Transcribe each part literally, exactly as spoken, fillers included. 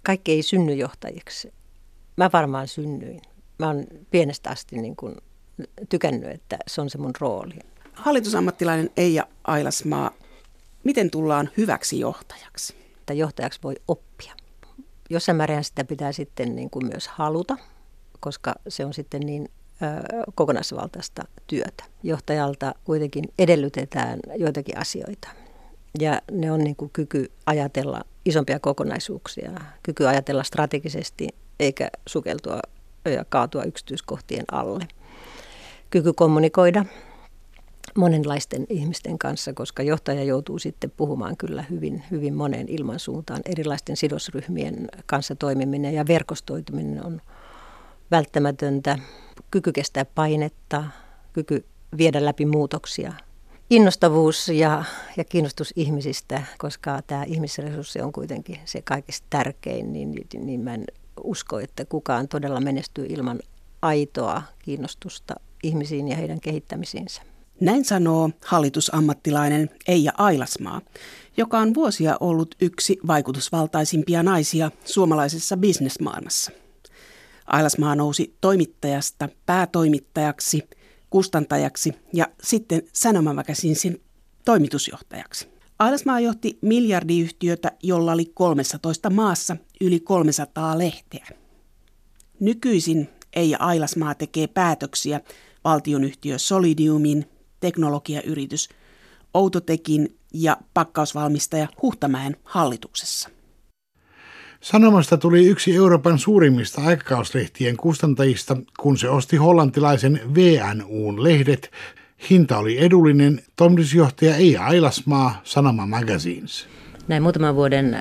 kaikki ei synny johtajiksi. Mä varmaan synnyin. Mä oon pienestä asti niin kuin tykännyt, että se on se mun rooli. Hallitusammattilainen Eija Ailasmaa, miten tullaan hyväksi johtajaksi? Että johtajaksi voi oppia. Jossain määrin sitä pitää sitten niin kuin myös haluta, koska se on sitten niin ö, kokonaisvaltaista työtä. Johtajalta kuitenkin edellytetään joitakin asioita. Ja ne on niin kuin kyky ajatella isompia kokonaisuuksia, kyky ajatella strategisesti eikä sukeltua ja kaatua yksityiskohtien alle. Kyky kommunikoida monenlaisten ihmisten kanssa, koska johtaja joutuu sitten puhumaan kyllä hyvin, hyvin moneen ilmansuuntaan. Erilaisten sidosryhmien kanssa toimiminen ja verkostoituminen on välttämätöntä. Kyky kestää painetta, kyky viedä läpi muutoksia. Innostavuus ja, ja kiinnostus ihmisistä, koska tämä ihmisresurssi on kuitenkin se kaikista tärkein, niin, niin mä en usko, että kukaan todella menestyy ilman aitoa kiinnostusta ihmisiin ja heidän kehittämisiinsä. Näin sanoo hallitusammattilainen Eija Ailasmaa, joka on vuosia ollut yksi vaikutusvaltaisimpia naisia suomalaisessa bisnesmaailmassa. Ailasmaa nousi toimittajasta päätoimittajaksi, kustantajaksi ja sitten Sanoma Magazinesin toimitusjohtajaksi. Ailasmaa johti miljardiyhtiötä, jolla oli kolmessatoista maassa yli kolmesataa lehteä. Nykyisin Eija Ailasmaa tekee päätöksiä valtionyhtiö Solidiumin, teknologiayritys Outotekin ja pakkausvalmistaja Huhtamäen hallituksessa. Sanomasta tuli yksi Euroopan suurimmista aikakauslehtien kustantajista, kun se osti hollantilaisen V N U:n lehdet. Hinta oli edullinen, toimitusjohtaja Eija Ailasmaa, Sanoma Magazines. Näin muutaman vuoden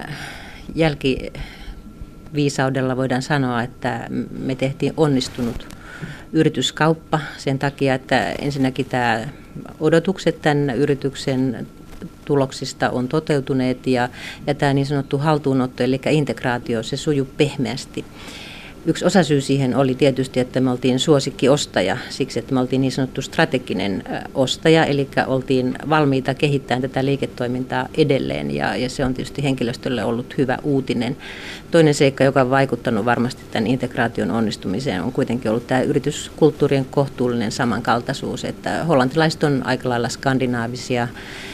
jälkiviisaudella voidaan sanoa, että me tehtiin onnistunut yrityskauppa sen takia, että ensinnäkin tämä odotukset tämän yrityksen tuloksista on toteutuneet ja, ja tämä niin sanottu haltuunotto, eli integraatio, se sujuu pehmeästi. Yksi osasyy siihen oli tietysti, että me oltiin suosikkiostaja, siksi että me oltiin niin sanottu strateginen ostaja, eli oltiin valmiita kehittämään tätä liiketoimintaa edelleen ja, ja se on tietysti henkilöstölle ollut hyvä uutinen. Toinen seikka, joka on vaikuttanut varmasti tämän integraation onnistumiseen, on kuitenkin ollut tämä yrityskulttuurien kohtuullinen samankaltaisuus, että hollantilaiset on aika lailla skandinaavisia,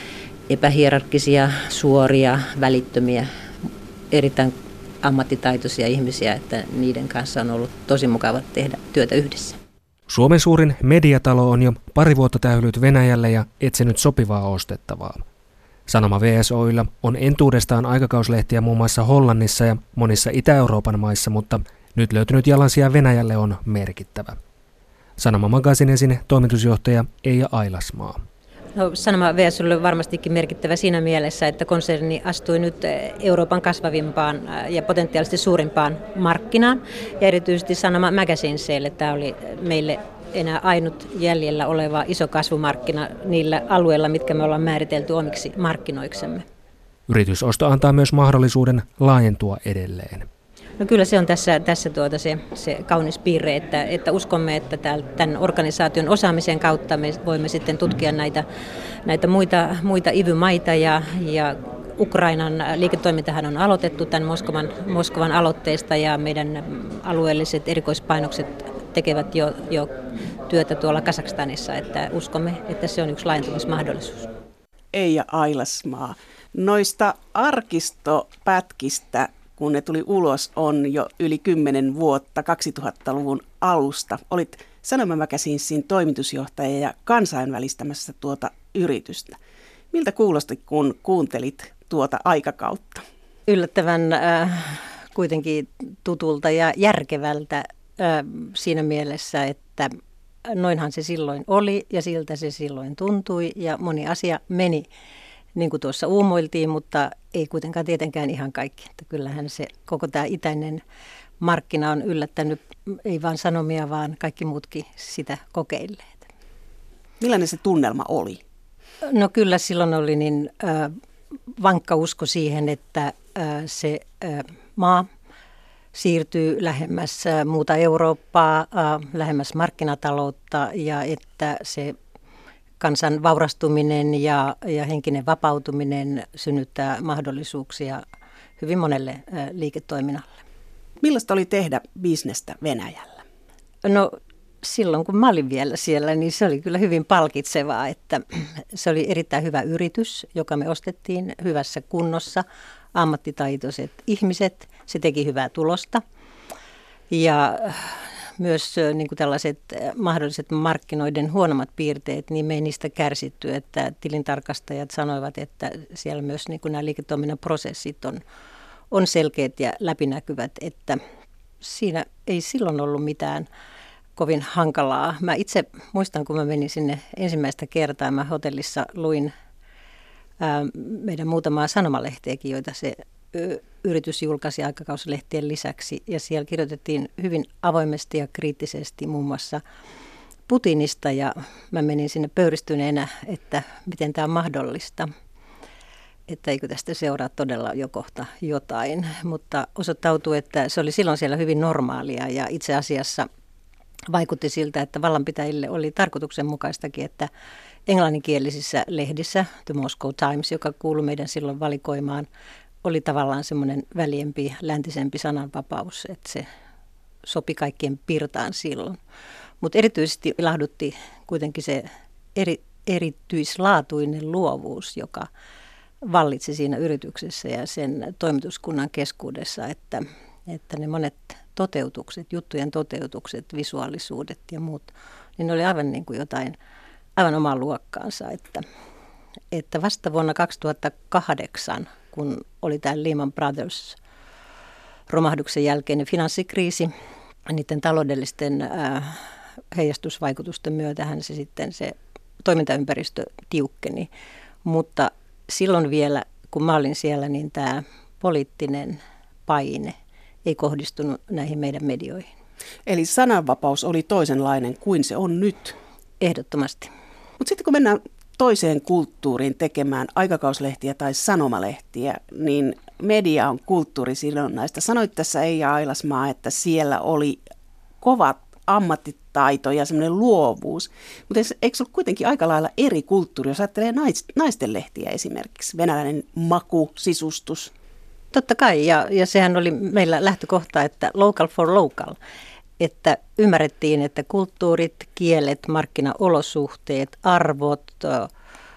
epähierarkkisia, suoria, välittömiä, erittäin ammattitaitoisia ihmisiä, että niiden kanssa on ollut tosi mukava tehdä työtä yhdessä. Suomen suurin mediatalo on jo pari vuotta tähyllyt Venäjälle ja etsinyt sopivaa ostettavaa. Sanoma V S Oy:lla on entuudestaan aikakauslehtiä muun muassa Hollannissa ja monissa Itä-Euroopan maissa, mutta nyt löytynyt jalansija Venäjälle on merkittävä. Sanoma Magazinesin toimitusjohtaja Eija Ailasmaa. No, Sanoma V S oli varmastikin merkittävä siinä mielessä, että konserni astui nyt Euroopan kasvavimpaan ja potentiaalisesti suurimpaan markkinaan. Ja erityisesti Sanoma Magazinesille tämä oli meille enää ainut jäljellä oleva iso kasvumarkkina niillä alueilla, mitkä me ollaan määritelty omiksi markkinoiksemme. Yritysosto antaa myös mahdollisuuden laajentua edelleen. No kyllä se on tässä, tässä tuota se, se kaunis piirre, että, että uskomme, että tämän organisaation osaamisen kautta me voimme sitten tutkia näitä, näitä muita, muita I V Y-maita ja, ja Ukrainan liiketoimintahan on aloitettu tämän Moskovan, Moskovan aloitteesta ja meidän alueelliset erikoispainokset tekevät jo, jo työtä tuolla Kazakstanissa, että uskomme, että se on yksi laajentumismahdollisuus. Eija Ailasmaa, noista arkistopätkistä, kun ne tuli ulos, on jo yli kymmenen vuotta, kaksituhattaluvun alusta. Olit Sanoma Magazinesin toimitusjohtaja ja kansainvälistämässä tuota yritystä. Miltä kuulosti, kun kuuntelit tuota aikakautta? Yllättävän äh, kuitenkin tutulta ja järkevältä äh, siinä mielessä, että noinhan se silloin oli ja siltä se silloin tuntui ja moni asia meni niin kuin tuossa uumoiltiin, mutta ei kuitenkaan tietenkään ihan kaikki. Että kyllähän se koko tämä itäinen markkina on yllättänyt, ei vain Sanomia, vaan kaikki muutkin sitä kokeilleet. Millainen se tunnelma oli? No kyllä silloin oli niin äh, vankka usko siihen, että äh, se äh, maa siirtyy lähemmäs äh, muuta Eurooppaa, äh, lähemmäs markkinataloutta ja että se kansan vaurastuminen ja, ja henkinen vapautuminen synnyttää mahdollisuuksia hyvin monelle liiketoiminnalle. Millaista oli tehdä bisnestä Venäjällä? No silloin kun mä olin vielä siellä, niin se oli kyllä hyvin palkitsevaa, että se oli erittäin hyvä yritys, joka me ostettiin hyvässä kunnossa, ammattitaitoiset ihmiset, se teki hyvää tulosta ja myös niin kuin tällaiset mahdolliset markkinoiden huonommat piirteet, niin me ei niistä kärsitty, että tilintarkastajat sanoivat, että siellä myös niin kuin nämä liiketoiminnan prosessit on, on selkeät ja läpinäkyvät, että siinä ei silloin ollut mitään kovin hankalaa. Mä itse muistan, kun mä menin sinne ensimmäistä kertaa, mä hotellissa luin ää, meidän muutamaa sanomalehtiäkin, joita se ö, yritys julkaisi aikakauslehtien lisäksi. Ja siellä kirjoitettiin hyvin avoimesti ja kriittisesti muun muassa Putinista. Ja mä menin sinne pöyristyneenä, että miten tämä on mahdollista. Että eikö tästä seuraa todella jo kohta jotain. Mutta osoittautui, että se oli silloin siellä hyvin normaalia ja itse asiassa vaikutti siltä, että vallanpitäjille oli tarkoituksenmukaistakin, että englanninkielisissä lehdissä, The Moscow Times, joka kuului meidän silloin valikoimaan, oli tavallaan semmoinen väljempi, läntisempi sananvapaus, että se sopi kaikkien pirtaan silloin. Mutta erityisesti ilahdutti kuitenkin se eri, erityislaatuinen luovuus, joka vallitsi siinä yrityksessä ja sen toimituskunnan keskuudessa, että, että ne monet toteutukset, juttujen toteutukset, visuaalisuudet ja muut, niin ne oli aivan niin kuin jotain aivan omaa luokkaansa. Että, että vasta vuonna kaksituhattakahdeksan, kun oli tämä Lehman Brothers romahduksen jälkeinen finanssikriisi, niiden taloudellisten äh, heijastusvaikutusten myötähän se sitten se toimintaympäristö tiukkeni. Mutta silloin vielä, kun mä olin siellä, niin tämä poliittinen paine ei kohdistunut näihin meidän medioihin. Eli sananvapaus oli toisenlainen kuin se on nyt. Ehdottomasti. Mutta sitten kun mennään toiseen kulttuuriin tekemään aikakauslehtiä tai sanomalehtiä, niin media on kulttuurisidonnaista. Sanoit tässä Eija Ailasmaa, että siellä oli kovat ammattitaito ja semmoinen luovuus. Mutta eikö se ole kuitenkin aika lailla eri kulttuuri, jos ajattelee nais, naisten lehtiä esimerkiksi? Venäläinen maku, sisustus. Totta kai, ja, ja sehän oli meillä lähtökohta, että local for local, että ymmärrettiin, että kulttuurit, kielet, markkinaolosuhteet, arvot, ä, ä,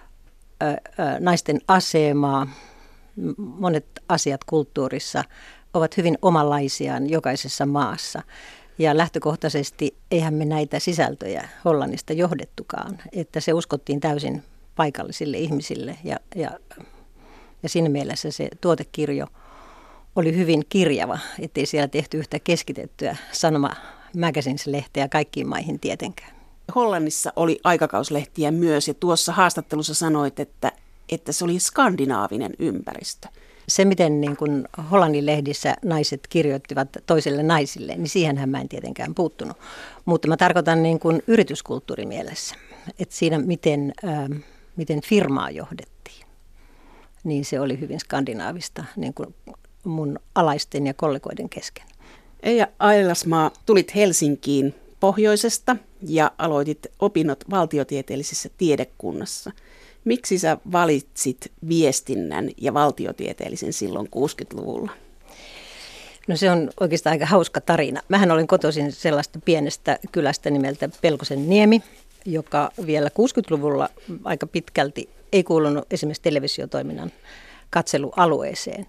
naisten asemaa, monet asiat kulttuurissa ovat hyvin omanlaisiaan jokaisessa maassa. Ja lähtökohtaisesti eihän me näitä sisältöjä Hollannista johdettukaan, että se uskottiin täysin paikallisille ihmisille ja, ja, ja siinä mielessä se tuotekirjo oli hyvin kirjava, ettei siellä tehty yhtä keskitettyä sanoma magazines-lehteä kaikkiin maihin tietenkään. Hollannissa oli aikakauslehtiä myös ja tuossa haastattelussa sanoit, että, että se oli skandinaavinen ympäristö. Se, miten niin kun Hollannin lehdissä naiset kirjoittivat toisille naisille, niin siihenhän mä en tietenkään puuttunut. Mutta mä tarkoitan niin kun yrityskulttuurimielessä, että siinä miten, äh, miten firmaa johdettiin, niin se oli hyvin skandinaavista niin kun mun alaisten ja kollegoiden kesken. Eija Ailasmaa, tulit Helsinkiin pohjoisesta ja aloitit opinnot valtiotieteellisessä tiedekunnassa. Miksi sä valitsit viestinnän ja valtiotieteellisen silloin kuusikymmentäluvulla? No se on oikeastaan aika hauska tarina. Mähän olin kotoisin sellaista pienestä kylästä nimeltä Pelkosen Niemi, joka vielä kuusikymmentäluvulla aika pitkälti ei kuulunut esimerkiksi televisiotoiminnan katselualueeseen.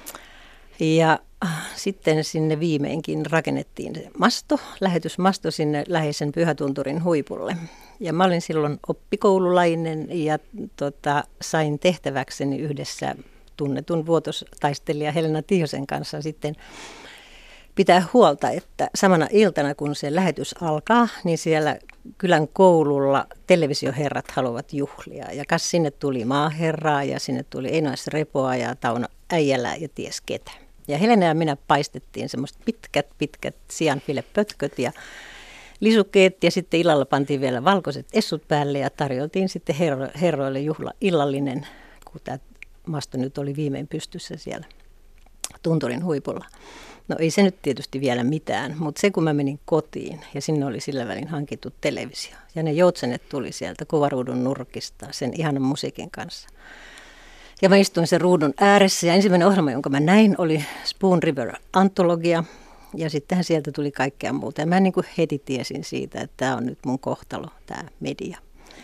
Ja sitten sinne viimeinkin rakennettiin se masto, lähetysmasto sinne läheisen Pyhätunturin huipulle. Ja mä olin silloin oppikoululainen ja tota, sain tehtäväkseni yhdessä tunnetun vuotostaistelija Helena Tihosen kanssa sitten pitää huolta, että samana iltana kun se lähetys alkaa, niin siellä kylän koululla televisioherrat haluavat juhlia. Ja kas sinne tuli maaherraa ja sinne tuli Eino S. Repoa ja Tauno Äijälää ja ties ketä. Ja Helena ja minä paistettiin semmoista pitkät, pitkät sianfilepötköt ja lisukkeet ja sitten illalla pantiin vielä valkoiset essut päälle ja tarjoltiin sitten herro, herroille juhla illallinen, kun tämä masto nyt oli viimein pystyssä siellä tunturin huipulla. No ei se nyt tietysti vielä mitään, mutta se kun mä menin kotiin ja sinne oli sillä välin hankittu televisio ja ne joutsenet tuli sieltä kuvaruudun nurkista sen ihanan musiikin kanssa. Ja mä istuin sen ruudun ääressä ja ensimmäinen ohjelma, jonka mä näin, oli Spoon River-antologia. Ja sittenhän sieltä tuli kaikkea muuta. Ja mä niin kuin heti tiesin siitä, että tämä on nyt mun kohtalo, tämä media.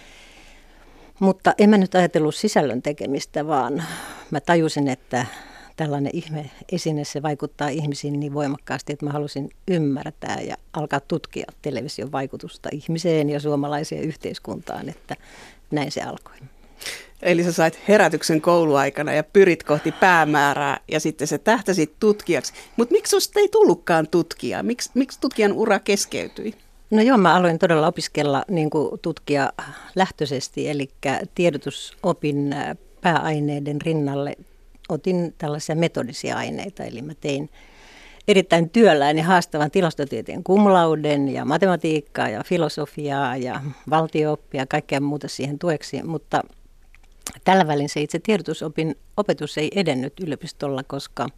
Mutta en mä nyt ajatellut sisällön tekemistä, vaan mä tajusin, että tällainen ihme esine, se vaikuttaa ihmisiin niin voimakkaasti, että mä halusin ymmärtää ja alkaa tutkia television vaikutusta ihmiseen ja suomalaiseen yhteiskuntaan, että näin se alkoi. Eli sä sait herätyksen kouluaikana ja pyrit kohti päämäärää ja sitten sä tähtäsit tutkijaksi. Mutta miksi susta ei tullutkaan tutkija? Miks, miksi tutkijan ura keskeytyi? No joo, mä aloin todella opiskella niin kuin tutkija lähtöisesti, eli tiedotusopin pääaineiden rinnalle otin tällaisia metodisia aineita, eli mä tein erittäin työllään ja haastavan tilastotieteen cum lauden ja matematiikkaa ja filosofiaa ja valtio-oppia ja kaikkea muuta siihen tueksi, mutta tällä välin se itse tiedotusopin opetus ei edennyt yliopistolla, koska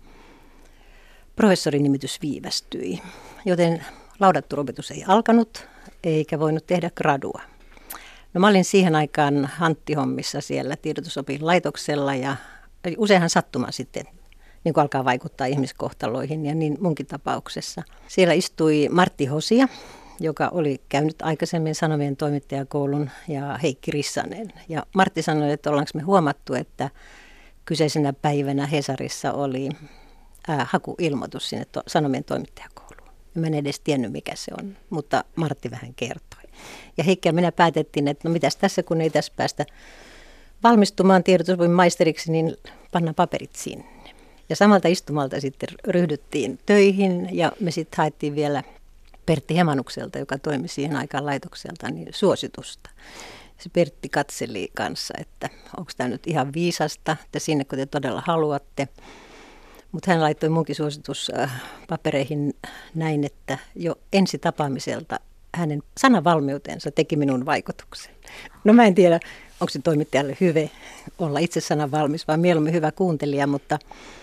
professorin nimitys viivästyi, joten laudatturopetus ei alkanut eikä voinut tehdä gradua. No mä olin siihen aikaan hanttihommissa siellä tiedotusopin laitoksella ja useinhan sattuma sitten niin kuin alkaa vaikuttaa ihmiskohtaloihin ja niin munkin tapauksessa. Siellä istui Martti Hosia, joka oli käynyt aikaisemmin Sanomien toimittajakoulun, ja Heikki Rissanen. Ja Martti sanoi, että ollaanko me huomattu, että kyseisenä päivänä Hesarissa oli ää, hakuilmoitus sinne to- Sanomien toimittajakouluun. Mä en edes tiennyt, mikä se on, mutta Martti vähän kertoi. Ja Heikki ja minä päätettiin, että no mitäs tässä, kun ei tässä päästä valmistumaan tiedotusopin maisteriksi, niin pannaan paperit sinne. Ja samalta istumalta sitten ryhdyttiin töihin ja me sitten haettiin vielä Pertti Hemanukselta, joka toimi siihen aikaan laitokselta, niin suositusta. Se Pertti katseli kanssa, että onko tämä nyt ihan viisasta, että sinne kun te todella haluatte. Mutta hän laittoi munkin suosituspapereihin näin, että jo ensi tapaamiselta hänen sanavalmiutensa teki minun vaikutuksen. No mä en tiedä, onko se toimittajalle hyvä olla itse sanan valmis, vai mieluummin hyvä kuuntelija, mutta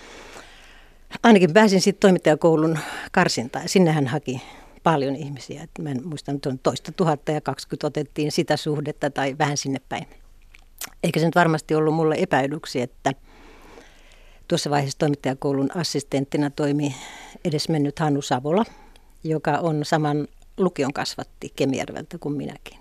ainakin pääsin sitten toimittajakoulun karsintaan ja sinne hän haki paljon ihmisiä. Et mä en muista, että on toista tuhatta ja kaksikymmentä otettiin sitä suhdetta tai vähän sinne päin. Eikä se nyt varmasti ollut mulle epäilyksi, että tuossa vaiheessa toimittajakoulun assistenttina toimi edesmennyt Hannu Savola, joka on saman lukion kasvatti Kemijärveltä kuin minäkin.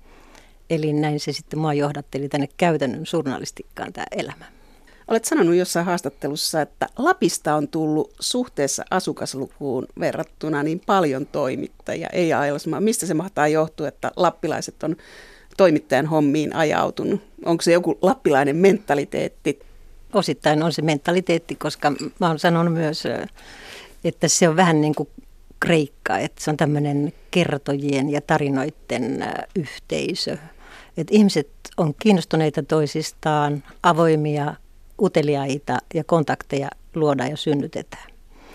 Eli näin se sitten mua johdatteli tänne käytännön journalistikkaan tämä elämä. Olet sanonut jossain haastattelussa, että Lapista on tullut suhteessa asukaslukuun verrattuna niin paljon toimittajia, ei Ailasmaa. Mistä se mahtaa johtua, että lappilaiset on toimittajan hommiin ajautunut? Onko se joku lappilainen mentaliteetti? Osittain on se mentaliteetti, koska mä oon sanonut myös, että se on vähän niin kuin Kreikka, että se on tämmöinen kertojien ja tarinoiden yhteisö. Että ihmiset on kiinnostuneita toisistaan, avoimia, uteliaita ja kontakteja luodaan ja synnytetään.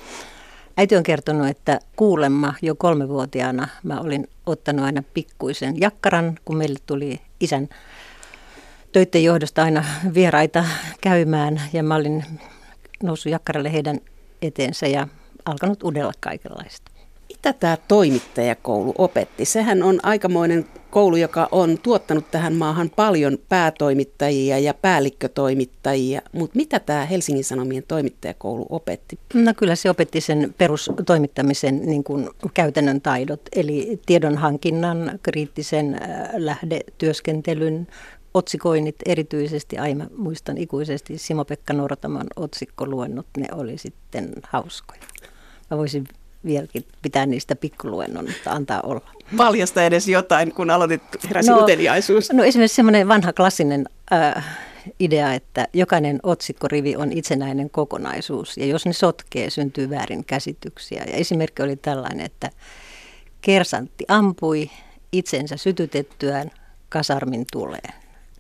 Äiti on kertonut, että kuulemma jo kolmevuotiaana mä olin ottanut aina pikkuisen jakkaran, kun meille tuli isän töiden johdosta aina vieraita käymään. Ja mä olin noussut jakkaralle heidän eteensä ja alkanut udella kaikenlaista. Mitä tämä toimittajakoulu opetti? Sehän on aikamoinen koulu, joka on tuottanut tähän maahan paljon päätoimittajia ja päällikkötoimittajia, mutta mitä tämä Helsingin Sanomien toimittajakoulu opetti? No kyllä se opetti sen perustoimittamisen niin kuin käytännön taidot, eli tiedonhankinnan, kriittisen lähdetyöskentelyn, otsikoinnit erityisesti, aina muistan ikuisesti Simo-Pekka Nortaman otsikkoluennot, ne oli sitten hauskoja. Mä voisin vieläkin pitää niistä pikkuluennon, mutta antaa olla. Paljasta edes jotain, kun aloitit heräsi no, uteliaisuus. No esimerkiksi semmoinen vanha klassinen äh, idea, että jokainen otsikkorivi on itsenäinen kokonaisuus, ja jos ne sotkee, syntyy väärinkäsityksiä. Ja esimerkki oli tällainen, että kersantti ampui itsensä sytytettyään kasarmin tuleen.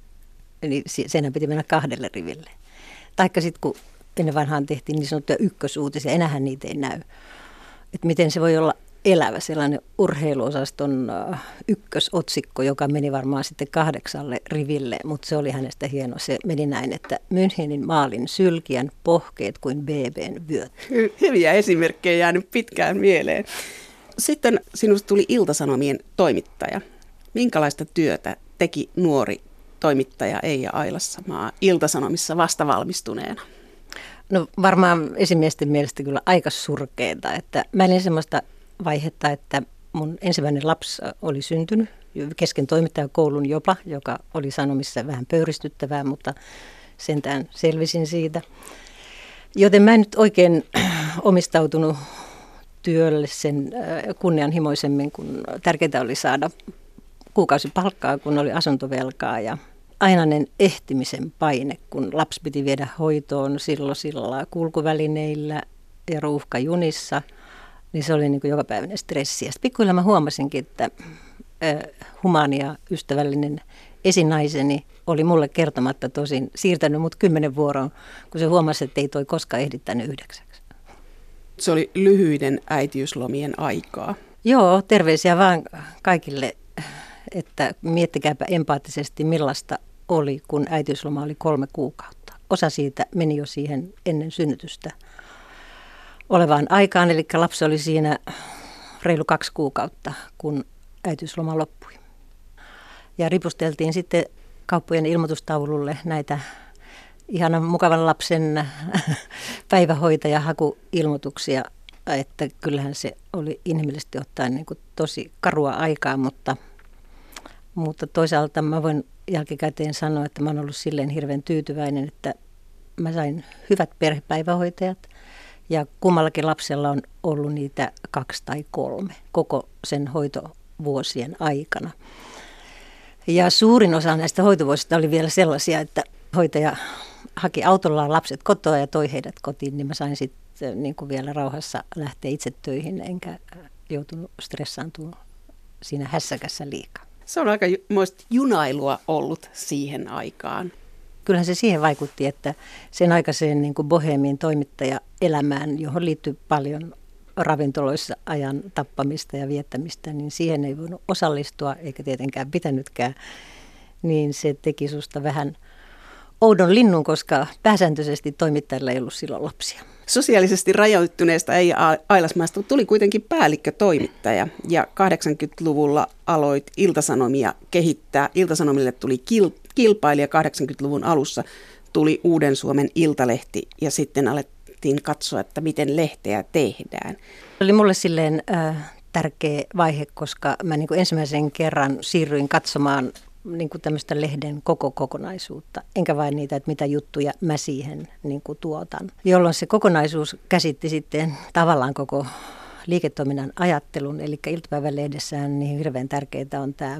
Eli senhän piti mennä kahdelle riville. Taikka sitten kun ennen vanhaan tehtiin niin sanottuja ykkösuutisia, enäähän niitä ei näy. Että miten se voi olla elävä sellainen urheiluosaston ykkösotsikko, joka meni varmaan sitten kahdeksalle riville, mutta se oli hänestä hieno. Se meni näin, että Münchenin maalin sylkiän pohkeet kuin B B:n vyöt. Hyviä esimerkkejä jäänyt pitkään mieleen. Sitten sinusta tuli Ilta-Sanomien toimittaja. Minkälaista työtä teki nuori toimittaja Eija Ailassamaa Ilta-Sanomissa vastavalmistuneena? No varmaan esimiesten mielestä kyllä aika surkeeta, että mä elin semmoista vaihetta, että mun ensimmäinen lapsi oli syntynyt kesken toimittajakoulun jopa, joka oli Sanomissa vähän pöyristyttävää, mutta sentään selvisin siitä. Joten mä en nyt oikein omistautunut työlle sen kunnianhimoisemmin, kun tärkeintä oli saada kuukausipalkkaa, kun oli asuntovelkaa ja ainainen ehtimisen paine, kun lapsi piti viedä hoitoon silloin sillä kulkuvälineillä ja ruuhkajunissa, niin se oli niin kuin jokapäiväinen stressi. Ja pikkuhiljaa mä huomasinkin, että humaani ja ystävällinen esinaiseni oli mulle kertomatta tosin siirtänyt mut kymmenen vuoroon, kun se huomasi, että ei toi koskaan ehdi tänne yhdeksäksi. Se oli lyhyiden äitiyslomien aikaa. Joo, terveisiä vaan kaikille, että miettikääpä empaattisesti millaista oli, kun äitiysloma oli kolme kuukautta. Osa siitä meni jo siihen ennen synnytystä olevaan aikaan, eli lapsi oli siinä reilu kaksi kuukautta, kun äitiysloma loppui. Ja ripusteltiin sitten kauppojen ilmoitustaululle näitä ihanan mukavan lapsen päivähoitajahakuilmoituksia, että kyllähän se oli inhimillisesti ottaen niin kuin tosi karua aikaa, mutta, mutta toisaalta mä voin jälkikäteen sanoa, että mä oon ollut silleen hirveän tyytyväinen, että mä sain hyvät perhepäivähoitajat ja kummallakin lapsella on ollut niitä kaksi tai kolme koko sen hoitovuosien aikana. Ja suurin osa näistä hoitovuosista oli vielä sellaisia, että hoitaja haki autollaan lapset kotoa ja toi heidät kotiin, niin mä sain sitten niin kuin vielä rauhassa lähteä itse töihin, enkä joutunut stressaantumaan siinä hässäkässä liikaa. Se on aika muista junailua ollut siihen aikaan. Kyllähän se siihen vaikutti, että sen aikaiseen niin kuin boheemiin toimittajaelämään, johon liittyy paljon ravintoloissa ajan tappamista ja viettämistä, niin siihen ei voinut osallistua eikä tietenkään pitänytkään, niin se teki susta vähän oudon linnun, koska pääsääntöisesti toimittajilla ei ollut silloin lapsia. Sosiaalisesti rajoittuneesta Eija Ailasmaasta tuli kuitenkin päällikkötoimittaja ja kahdeksankymmentäluvulla aloit Ilta-Sanomia kehittää. Ilta-Sanomille tuli kil- kilpailija kahdeksankymmentäluvun alussa, tuli Uuden Suomen Iltalehti ja sitten alettiin katsoa, että miten lehteä tehdään. Se oli mulle silleen äh, tärkeä vaihe, koska mä niin kuin ensimmäisen kerran siirryin katsomaan niin kuin tämmöistä lehden koko kokonaisuutta, enkä vain niitä, että mitä juttuja mä siihen niin kuin tuotan. Jolloin se kokonaisuus käsitti sitten tavallaan koko liiketoiminnan ajattelun, eli iltapäivälehdessään niin hirveän tärkeää on tämä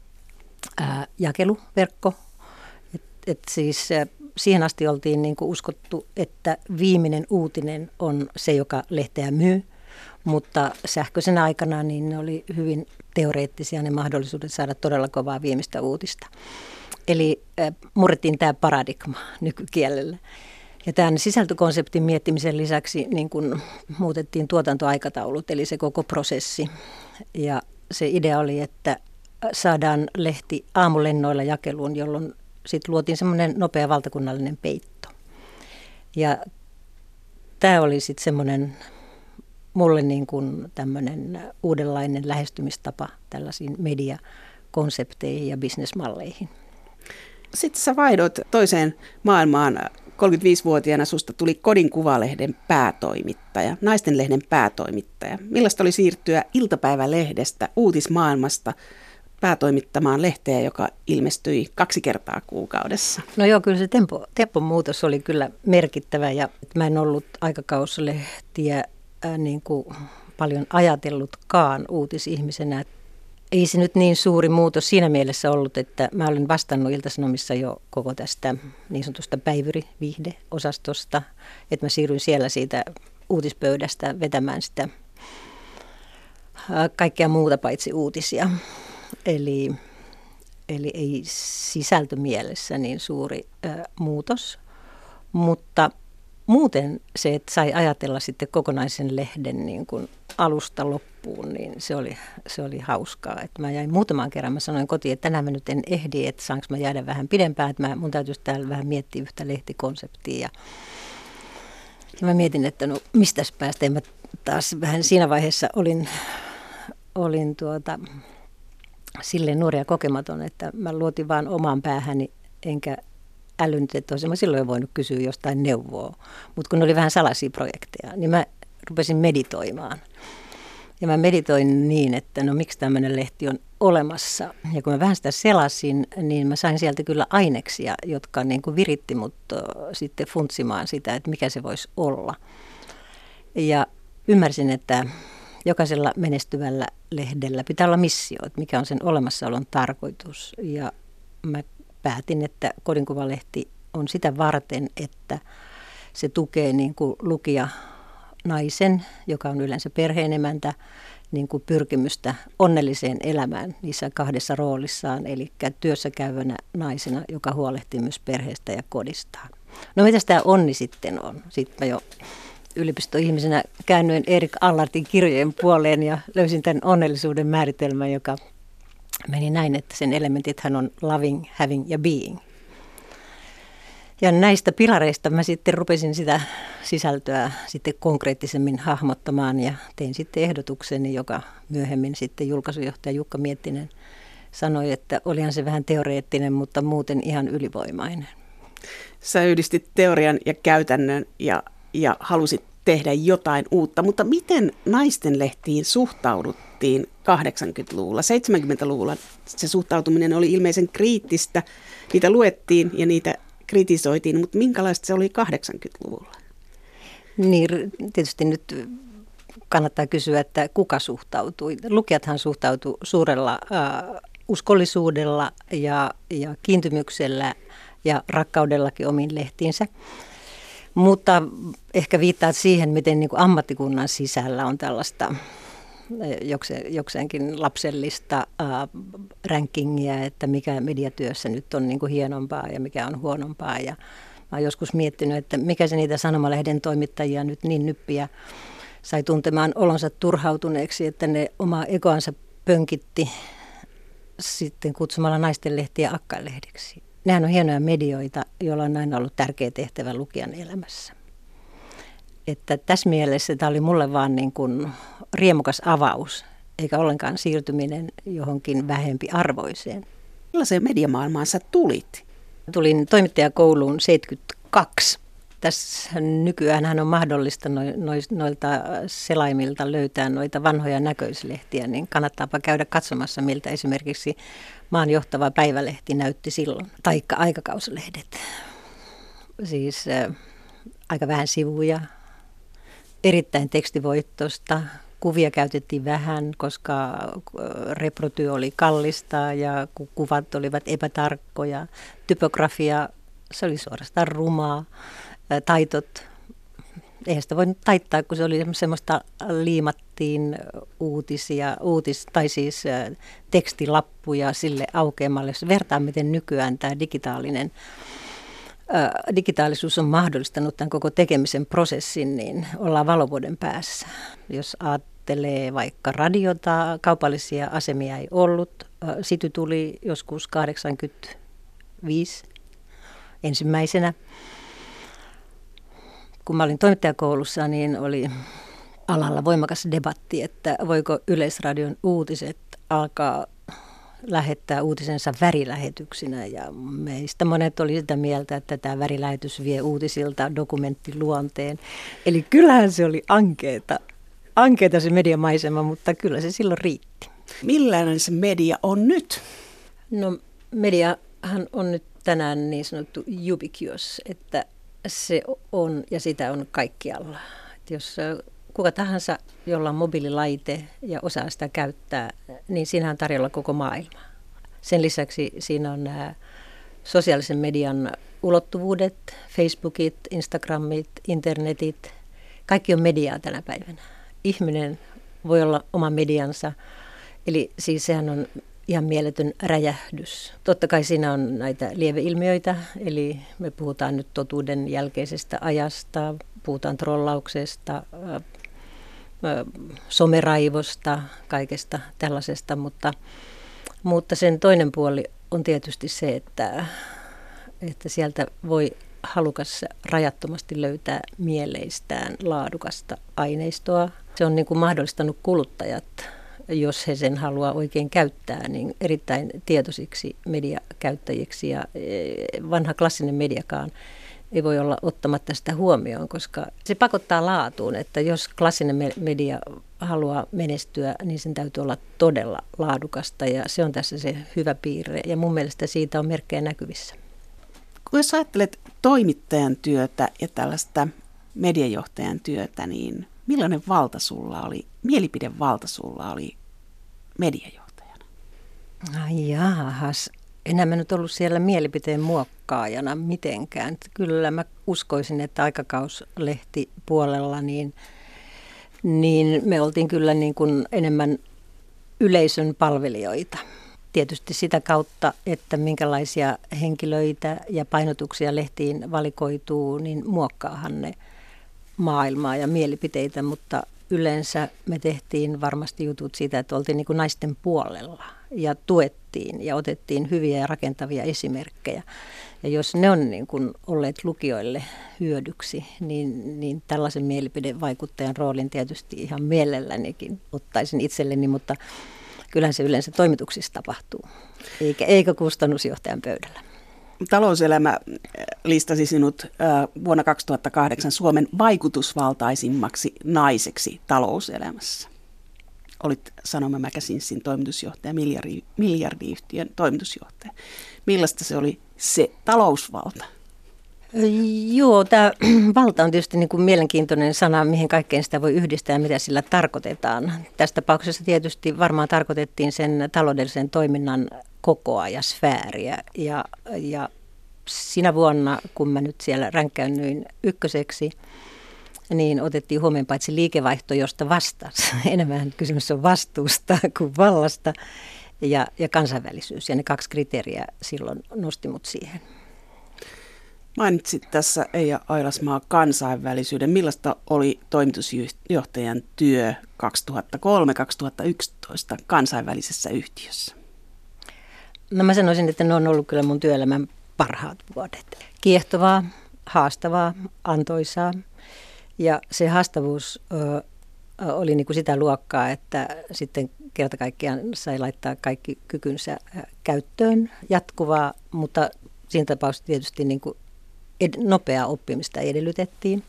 ää, jakeluverkko. Et, et siis ä, siihen asti oltiin niin kuin uskottu, että viimeinen uutinen on se, joka lehteä myy. Mutta sähköisenä aikana niin ne oli hyvin teoreettisia ne mahdollisuudet saada todella kovaa viimeistä uutista. Eli äh, murrettiin tämä paradigma nykykielellä. Ja tämän sisältökonseptin miettimisen lisäksi niin kun muutettiin tuotantoaikataulut, eli se koko prosessi. Ja se idea oli, että saadaan lehti aamulennoilla jakeluun, jolloin sitten luotiin semmoinen nopea valtakunnallinen peitto. Ja tämä oli sitten semmoinen mulle niin kuin tämmöinen uudenlainen lähestymistapa tällaisiin mediakonsepteihin ja bisnesmalleihin. Sitten sä vaihdoit toiseen maailmaan. kolmekymmentäviisivuotiaana susta tuli Kodin Kuvalehden päätoimittaja, Naistenlehden päätoimittaja. Millaista oli siirtyä iltapäivälehdestä, uutismaailmasta päätoimittamaan lehteä, joka ilmestyi kaksi kertaa kuukaudessa? No joo, kyllä se tempo, tempon muutos oli kyllä merkittävä ja mä en ollut aikakauslehtiä Ää, niin kuin paljon ajatellutkaan uutisihmisenä. Ei se nyt niin suuri muutos siinä mielessä ollut, että mä olin vastannut Ilta-Sanomissa jo koko tästä niin sanotusta päivyri-viihde-osastosta, että mä siirryin siellä siitä uutispöydästä vetämään sitä ää, kaikkea muuta paitsi uutisia. Eli, eli ei sisältömielessä niin suuri ää, muutos, mutta muuten se, että sai ajatella sitten kokonaisen lehden niin kuin alusta loppuun, niin se oli, se oli hauskaa. Että mä jäin muutaman kerran, mä sanoin kotiin, että tänään mä nyt en ehdi, että saanko mä jäädä vähän pidempään, että mä, mun täytyisi täällä vähän miettiä yhtä lehtikonseptia. Ja, ja mä mietin, että no mistäs päästä, ja mä taas vähän siinä vaiheessa olin, olin tuota, silleen nuori ja kokematon, että mä luotin vaan omaan päähäni enkä älynnyt, että olisin mä silloin jo voinut kysyä jostain neuvoa. Mutta kun ne oli vähän salaisia projekteja, niin mä rupesin meditoimaan. Ja mä meditoin niin, että no miksi tämmöinen lehti on olemassa. Ja kun mä vähän sitä selasin, niin mä sain sieltä kyllä aineksia, jotka niin kuin viritti mut sitten funtsimaan sitä, että mikä se voisi olla. Ja ymmärsin, että jokaisella menestyvällä lehdellä pitää olla missio, että mikä on sen olemassaolon tarkoitus. Ja mä päätin, että Kodinkuvalehti on sitä varten, että se tukee niin kuin lukija naisen, joka on yleensä perheenemäntä, niin kuin pyrkimystä onnelliseen elämään niissä kahdessa roolissaan, eli työssä käyvänä naisena, joka huolehtii myös perheestä ja kodistaan. No mitäs tämä onni sitten on? Sitten mä jo yliopistoihmisenä käännyin Erik Allartin kirjojen puoleen ja löysin tämän onnellisuuden määritelmän, joka meni näin, että sen elementithän on loving, having ja being. Ja näistä pilareista mä sitten rupesin sitä sisältöä sitten konkreettisemmin hahmottamaan ja tein sitten ehdotukseni, joka myöhemmin sitten julkaisujohtaja Jukka Miettinen sanoi, että olihan se vähän teoreettinen, mutta muuten ihan ylivoimainen. Sä yhdistit teorian ja käytännön ja, ja halusit tehdä jotain uutta, mutta miten naistenlehtiin suhtauduttiin kahdeksankymmentäluvulla? seitsemänkymmentäluvulla se suhtautuminen oli ilmeisen kriittistä, niitä luettiin ja niitä kritisoitiin, mutta minkälaista se oli kahdeksankymmentäluvulla? Niin, tietysti nyt kannattaa kysyä, että kuka suhtautui. Lukijathan suhtautui suurella äh, uskollisuudella ja, ja kiintymyksellä ja rakkaudellakin omiin lehtiinsä. Mutta ehkä viittaat siihen, miten niin kuin ammattikunnan sisällä on tällaista jokseenkin lapsellista äh, rankingia, että mikä mediatyössä nyt on niin kuin hienompaa ja mikä on huonompaa. Ja mä oon joskus miettinyt, että mikä se niitä sanomalehden toimittajia nyt niin nyppiä sai tuntemaan olonsa turhautuneeksi, että ne omaa egoansa pönkitti sitten kutsumalla naistenlehtiä akkailehdeksi. Nehän on hienoja medioita, joilla on aina ollut tärkeä tehtävä lukijan elämässä. Että tässä mielessä tämä oli mulle vaan niin kuin riemukas avaus, eikä ollenkaan siirtyminen johonkin vähempiarvoiseen. Millaiseen mediamaailmaan sä tulit? Tulin toimittajakouluun seitsemänkymmentäkaksi. Tässä nykyään on mahdollista noilta selaimilta löytää noita vanhoja näköislehtiä, niin kannattaapa käydä katsomassa, miltä esimerkiksi maan johtava päivälehti näytti silloin, taikka aikakauslehdet. Siis äh, aika vähän sivuja, erittäin tekstivoittosta, kuvia käytettiin vähän, koska reprotyö oli kallista ja kuvat olivat epätarkkoja, typografia, se oli suorastaan rumaa. Taitot, eihän sitä voinut taittaa, kun se oli semmoista, liimattiin uutisia, uutis, tai siis tekstilappuja sille aukeamalle. Jos vertaa, miten nykyään tämä digitaalinen, ä, digitaalisuus on mahdollistanut tämän koko tekemisen prosessin, niin ollaan valovuoden päässä. Jos ajattelee vaikka radiota, kaupallisia asemia ei ollut. City tuli joskus kahdeksankymmentäviisi ensimmäisenä. Kun mä olin toimittajakoulussa, niin oli alalla voimakas debatti, että voiko Yleisradion uutiset alkaa lähettää uutisensa värilähetyksinä. Ja meistä monet oli sitä mieltä, että tämä värilähetys vie uutisilta dokumenttiluonteen. Eli kyllähän se oli ankeeta, ankeeta se mediamaisema, mutta kyllä se silloin riitti. Millainen se media on nyt? No mediahan on nyt tänään niin sanottu ubiquitous, että se on ja sitä on kaikkialla. Et jos kuka tahansa, jolla on mobiililaite ja osaa sitä käyttää, niin siinä on tarjolla koko maailma. Sen lisäksi siinä on nämä sosiaalisen median ulottuvuudet, Facebookit, Instagramit, internetit. Kaikki on mediaa tänä päivänä. Ihminen voi olla oma mediansa, eli siis sehän on ihan mieletön räjähdys. Totta kai siinä on näitä lieveilmiöitä, eli me puhutaan nyt totuuden jälkeisestä ajasta, puhutaan trollauksesta, someraivosta, kaikesta tällaisesta, mutta, mutta sen toinen puoli on tietysti se, että, että sieltä voi halukas rajattomasti löytää mieleistään laadukasta aineistoa. Se on niin kuin mahdollistanut kuluttajat jos he sen haluaa oikein käyttää, niin erittäin tietoisiksi mediakäyttäjiksi. Ja vanha klassinen mediakaan ei voi olla ottamatta sitä huomioon, koska se pakottaa laatuun, että jos klassinen media haluaa menestyä, niin sen täytyy olla todella laadukasta ja se on tässä se hyvä piirre ja mun mielestä siitä on merkkejä näkyvissä. Kun jos ajattelet toimittajan työtä ja tällaista mediajohtajan työtä, niin millainen valta sulla oli, mielipidevalta sulla oli mediajohtajana? Ai jaahas. Enää mä nyt ollut siellä mielipiteen muokkaajana mitenkään. Kyllä mä uskoisin, että aikakauslehti puolella niin, niin me oltiin kyllä niin kuin enemmän yleisön palvelijoita. Tietysti sitä kautta, että minkälaisia henkilöitä ja painotuksia lehtiin valikoituu, niin muokkaahan ne maailmaa ja mielipiteitä, mutta yleensä me tehtiin varmasti jutut siitä, että oltiin niin kuin naisten puolella ja tuettiin ja otettiin hyviä ja rakentavia esimerkkejä. Ja jos ne on niin kuin olleet lukijoille hyödyksi, niin, niin tällaisen mielipidevaikuttajan roolin tietysti ihan mielellänikin ottaisin itselleni, mutta kyllähän se yleensä toimituksissa tapahtuu, eikä, eikä kustannusjohtajan pöydällä. Talouselämä listasi sinut vuonna kaksituhattakahdeksan Suomen vaikutusvaltaisimmaksi naiseksi talouselämässä. Olit Sanoma Magazinesin toimitusjohtaja, miljardi, miljardiyhtiön toimitusjohtaja. Millaista se oli se talousvalta? Joo, tämä valta on tietysti niin kuin mielenkiintoinen sana, mihin kaikkeen sitä voi yhdistää ja mitä sillä tarkoitetaan. Tässä tapauksessa tietysti varmaan tarkoitettiin sen taloudellisen toiminnan kokoa ja sfääriä. Ja, ja sinä vuonna, kun mä nyt siellä ränkkäynnyin ykköseksi, niin otettiin huomioon paitsi liikevaihto, josta vastasi. Enemmän kysymys on vastuusta kuin vallasta ja, ja kansainvälisyys. Ja ne kaksi kriteeriä silloin nosti mut siihen. Mainitsit tässä Eija Ailasmaa kansainvälisyyden. Millaista oli toimitusjohtajan työ kaksituhattakolme kaksituhattayksitoista kansainvälisessä yhtiössä? No mä sanoisin, että ne on ollut kyllä mun työelämän parhaat vuodet. Kiehtovaa, haastavaa, antoisaa. Ja se haastavuus ö, oli niin kuin sitä luokkaa, että sitten kerta kaikkiaan sai laittaa kaikki kykynsä käyttöön, jatkuvaa, mutta siinä tapauksessa tietysti niin kuin ed- nopeaa oppimista edellytettiin.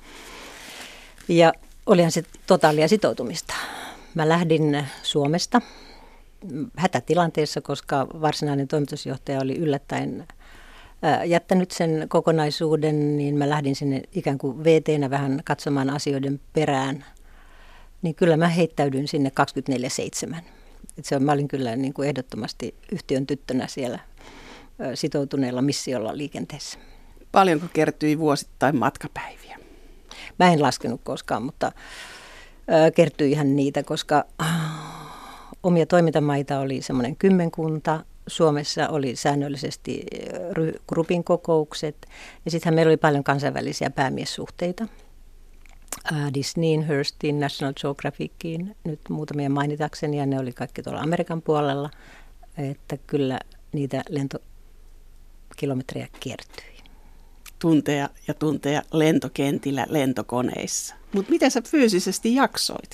Ja olihan se totaalia sitoutumista. Mä lähdin Suomesta hätätilanteessa, koska varsinainen toimitusjohtaja oli yllättäen jättänyt sen kokonaisuuden, niin mä lähdin sinne ikään kuin V T:nä vähän katsomaan asioiden perään. Niin kyllä mä heittäydyin sinne kaksikymmentäneljä seitsemän. Et se on, mä olin kyllä niin kuin ehdottomasti yhtiön tyttönä siellä sitoutuneella missiolla liikenteessä. Paljonko kertyi vuosittain matkapäiviä? Mä en laskenut koskaan, mutta kertyi ihan niitä, koska omia toimintamaita oli semmoinen kymmenkunta. Suomessa oli säännöllisesti grupin kokoukset ja sittenhän meillä oli paljon kansainvälisiä päämiessuhteita. Disneyin, Herstiin, National Geographiciin, nyt muutamia mainitakseni ja ne oli kaikki tuolla Amerikan puolella, että kyllä niitä lentokilometrejä kiertyi. Tunteja ja tunteja lentokentillä, lentokoneissa. Mutta miten sä fyysisesti jaksoit?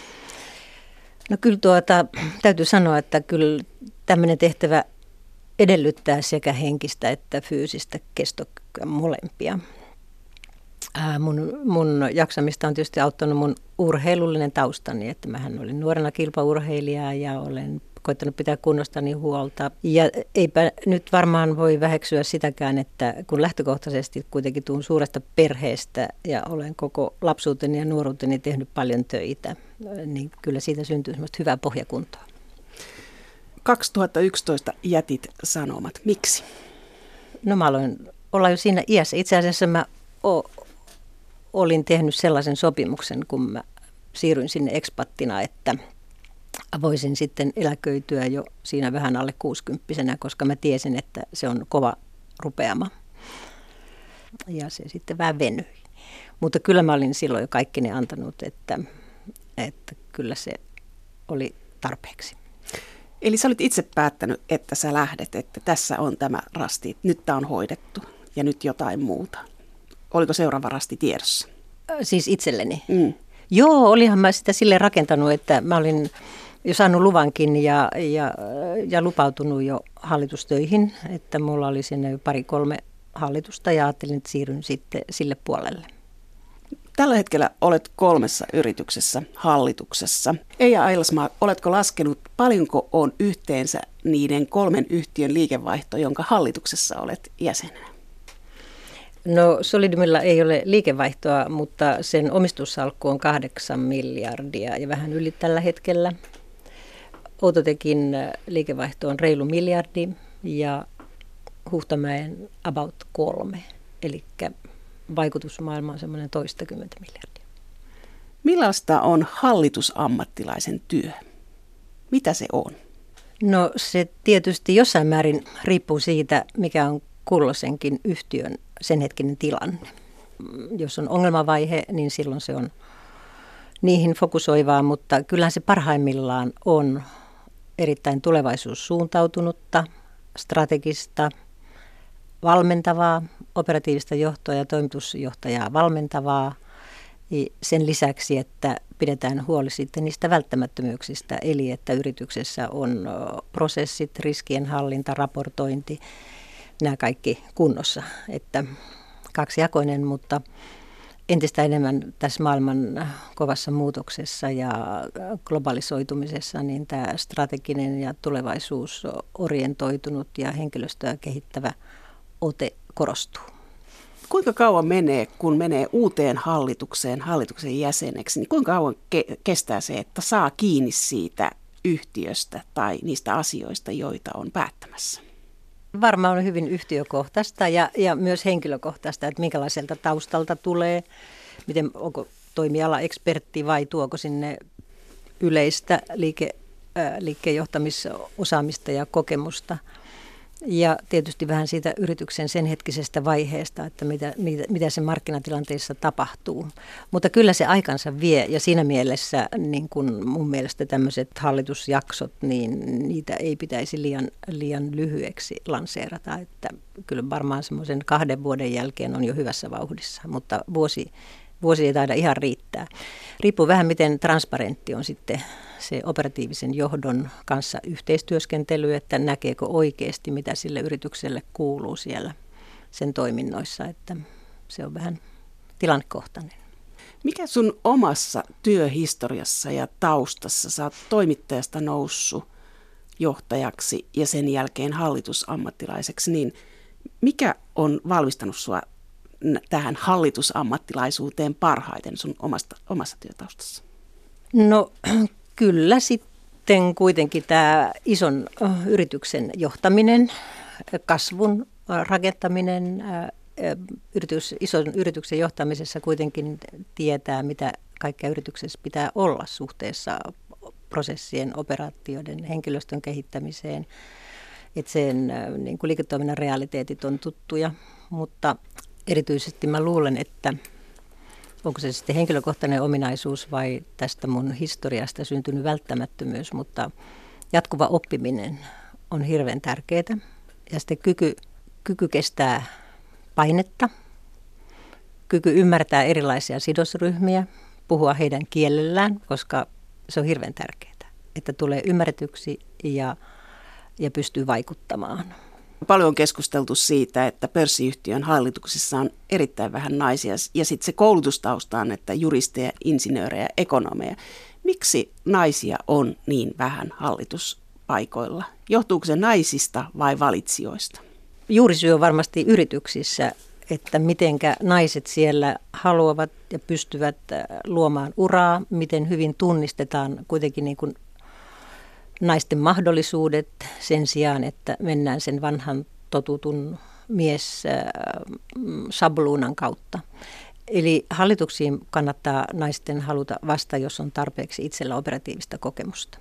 No kyllä tuota, täytyy sanoa, että kyllä tämmöinen tehtävä edellyttää sekä henkistä että fyysistä kestokykyä molempia. Ää, mun, mun jaksamista on tietysti auttanut mun urheilullinen taustani, että mähän olin nuorena kilpaurheilija ja olen koittanut pitää kunnostani huolta. Ja eipä nyt varmaan voi väheksyä sitäkään, että kun lähtökohtaisesti kuitenkin tuun suuresta perheestä ja olen koko lapsuuteni ja nuoruuteni tehnyt paljon töitä, niin kyllä siitä syntyy semmoista hyvää pohjakuntoa. kaksituhattayksitoista jätit Sanomat. Miksi? No mä aloin olla jo siinä iässä. Itse asiassa mä o- olin tehnyt sellaisen sopimuksen, kun mä siirryin sinne ekspattina, että voisin sitten eläköityä jo siinä vähän alle kuusikymppisenä, koska mä tiesin, että se on kova rupeama. Ja se sitten vähän venyi. Mutta kyllä mä olin silloin jo kaikki ne antanut, että, että kyllä se oli tarpeeksi. Eli sä olit itse päättänyt, että sä lähdet, että tässä on tämä rasti, nyt tämä on hoidettu ja nyt jotain muuta. Oliko seuraava rasti tiedossa? Siis itselleni? Mm. Joo, olihan mä sitä silleen rakentanut, että mä olin jo saanut luvankin ja, ja, ja lupautunut jo hallitustöihin, että mulla oli sinne jo pari-kolme hallitusta ja ajattelin, että siirryn sitten sille puolelle. Tällä hetkellä olet kolmessa yrityksessä hallituksessa. Eija Ailasmaa, oletko laskenut, paljonko on yhteensä niiden kolmen yhtiön liikevaihto, jonka hallituksessa olet jäsenenä? No Solidiumilla ei ole liikevaihtoa, mutta sen omistussalkku on kahdeksan miljardia ja vähän yli tällä hetkellä. Outotekin liikevaihto on reilu miljardi ja Huhtamäen about kolme, eli vaikutusmaailma on semmoinen toistakymmentä miljardia. Millaista on hallitusammattilaisen työ? Mitä se on? No se tietysti jossain määrin riippuu siitä, mikä on kulloisenkin yhtiön sen hetkinen tilanne. Jos on ongelmavaihe, niin silloin se on niihin fokusoivaa, mutta kyllähän se parhaimmillaan on erittäin tulevaisuussuuntautunutta, strategista, valmentavaa, operatiivista johtoa ja toimitusjohtajaa valmentavaa. Sen lisäksi, että pidetään huoli sitten niistä välttämättömyyksistä, eli että yrityksessä on prosessit, riskienhallinta, raportointi, nämä kaikki kunnossa. Että kaksijakoinen, mutta entistä enemmän tässä maailman kovassa muutoksessa ja globalisoitumisessa, niin tämä strateginen ja tulevaisuusorientoitunut ja henkilöstöä kehittävä ote korostuu. Kuinka kauan menee, kun menee uuteen hallitukseen, hallituksen jäseneksi, niin kuinka kauan ke- kestää se, että saa kiinni siitä yhtiöstä tai niistä asioista, joita on päättämässä? Varmaan on hyvin yhtiökohtaista ja, ja myös henkilökohtaista, että minkälaiselta taustalta tulee, miten, onko toimiala-ekspertti vai tuoko sinne yleistä liike, äh, liikkeenjohtamisosaamista ja kokemusta. Ja tietysti vähän siitä yrityksen sen hetkisestä vaiheesta, että mitä, mitä, mitä se markkinatilanteessa tapahtuu. Mutta kyllä se aikansa vie ja siinä mielessä niin kun mun mielestä tämmöiset hallitusjaksot, niin niitä ei pitäisi liian, liian lyhyeksi lanseerata. Että kyllä varmaan semmoisen kahden vuoden jälkeen on jo hyvässä vauhdissa, mutta vuosi, vuosi ei taida ihan riittää. Riippuu vähän miten transparentti on sitten se operatiivisen johdon kanssa yhteistyöskentely, että näkeekö oikeasti, mitä sille yritykselle kuuluu siellä sen toiminnoissa, että se on vähän tilannekohtainen. Mikä sun omassa työhistoriassa ja taustassa, sä oot toimittajasta noussut johtajaksi ja sen jälkeen hallitusammattilaiseksi, niin mikä on valmistanut sua tähän hallitusammattilaisuuteen parhaiten sun omasta, omassa työtaustassa? No kyllä sitten kuitenkin tämä ison yrityksen johtaminen, kasvun rakentaminen, yritys, ison yrityksen johtamisessa kuitenkin tietää, mitä kaikkea yrityksessä pitää olla suhteessa prosessien, operaatioiden, henkilöstön kehittämiseen. Että sen niin kuin liiketoiminnan realiteetit on tuttuja, mutta erityisesti mä luulen, että onko se sitten henkilökohtainen ominaisuus vai tästä mun historiasta syntynyt välttämättömyys, mutta jatkuva oppiminen on hirveän tärkeää. Ja sitten kyky, kyky kestää painetta, kyky ymmärtää erilaisia sidosryhmiä, puhua heidän kielellään, koska se on hirveän tärkeää, että tulee ymmärretyksi ja, ja pystyy vaikuttamaan. Paljon on keskusteltu siitä, että pörssiyhtiön hallituksissa on erittäin vähän naisia ja sitten se koulutustausta on, että juristeja, insinöörejä, ekonomeja. Miksi naisia on niin vähän hallituspaikoilla? Johtuuko se naisista vai valitsijoista? Juurisyy on varmasti yrityksissä, että mitenkä naiset siellä haluavat ja pystyvät luomaan uraa, miten hyvin tunnistetaan kuitenkin niin kuin naisten mahdollisuudet sen sijaan, että mennään sen vanhan totutun mies sabluunan kautta. Eli hallituksiin kannattaa naisten haluta vasta, jos on tarpeeksi itsellä operatiivista kokemusta.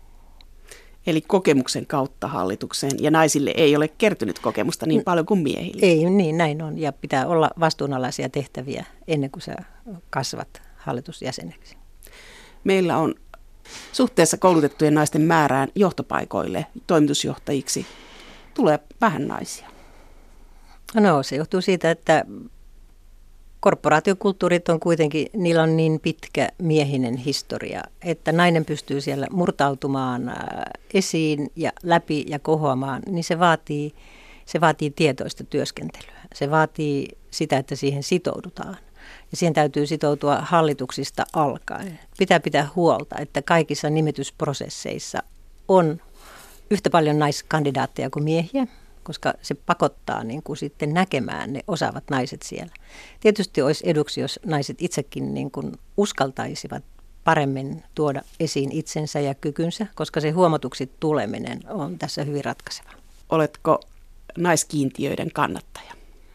Eli kokemuksen kautta hallitukseen, ja naisille ei ole kertynyt kokemusta niin paljon kuin miehille. Ei, niin näin on, ja pitää olla vastuunalaisia tehtäviä ennen kuin sä kasvat hallitusjäseneksi. Meillä on suhteessa koulutettujen naisten määrään johtopaikoille, toimitusjohtajiksi, tulee vähän naisia. No se johtuu siitä, että korporaatiokulttuurit on kuitenkin, niillä on niin pitkä miehinen historia, että nainen pystyy siellä murtautumaan esiin ja läpi ja kohoamaan, niin se vaatii, se vaatii tietoista työskentelyä. Se vaatii sitä, että siihen sitoudutaan. Ja siihen täytyy sitoutua hallituksista alkaen. Pitää pitää huolta, että kaikissa nimitysprosesseissa on yhtä paljon naiskandidaatteja kuin miehiä, koska se pakottaa niin kuin sitten näkemään ne osaavat naiset siellä. Tietysti olisi eduksi, jos naiset itsekin niin kuin uskaltaisivat paremmin tuoda esiin itsensä ja kykynsä, koska se huomatuksi tuleminen on tässä hyvin ratkaiseva. Oletko naiskiintiöiden kannattaja?